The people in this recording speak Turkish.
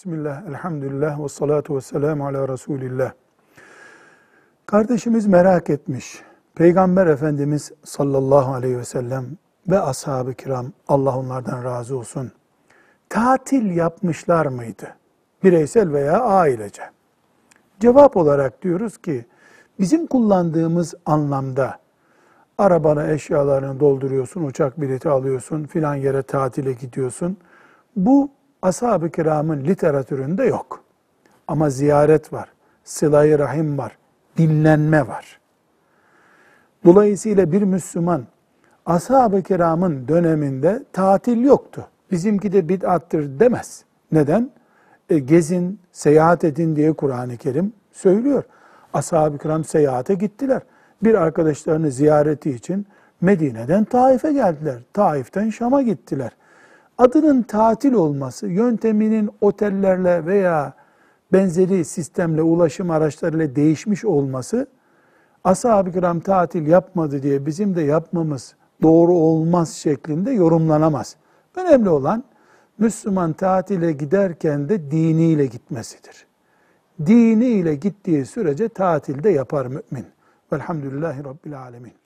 Bismillah, elhamdülillah ve salatu ve selamu ala Resulillah. Kardeşimiz merak etmiş. Peygamber Efendimiz sallallahu aleyhi ve sellem ve ashab-ı kiram, Allah onlardan razı olsun, tatil yapmışlar mıydı? Bireysel veya ailece. Cevap olarak diyoruz ki, bizim kullandığımız anlamda, arabana eşyalarını dolduruyorsun, uçak bileti alıyorsun, filan yere tatile gidiyorsun. Bu ashab-ı kiramın literatüründe yok. Ama ziyaret var, sıla-i rahim var, dinlenme var. Dolayısıyla bir Müslüman, ashab-ı kiramın döneminde tatil yoktu. Bizimki de bid'attır demez. Neden? Gezin, seyahat edin diye Kur'an-ı Kerim söylüyor. Ashab-ı kiram seyahate gittiler. Bir arkadaşlarını ziyareti için Medine'den Taif'e geldiler. Taif'ten Şam'a gittiler. Adının tatil olması, yönteminin otellerle veya benzeri sistemle, ulaşım araçlarıyla değişmiş olması, ashab-ı kiram tatil yapmadı diye bizim de yapmamız doğru olmaz şeklinde yorumlanamaz. Önemli olan, Müslüman tatile giderken de diniyle gitmesidir. Diniyle gittiği sürece tatilde yapar mümin. Velhamdülillahi Rabbil alemin.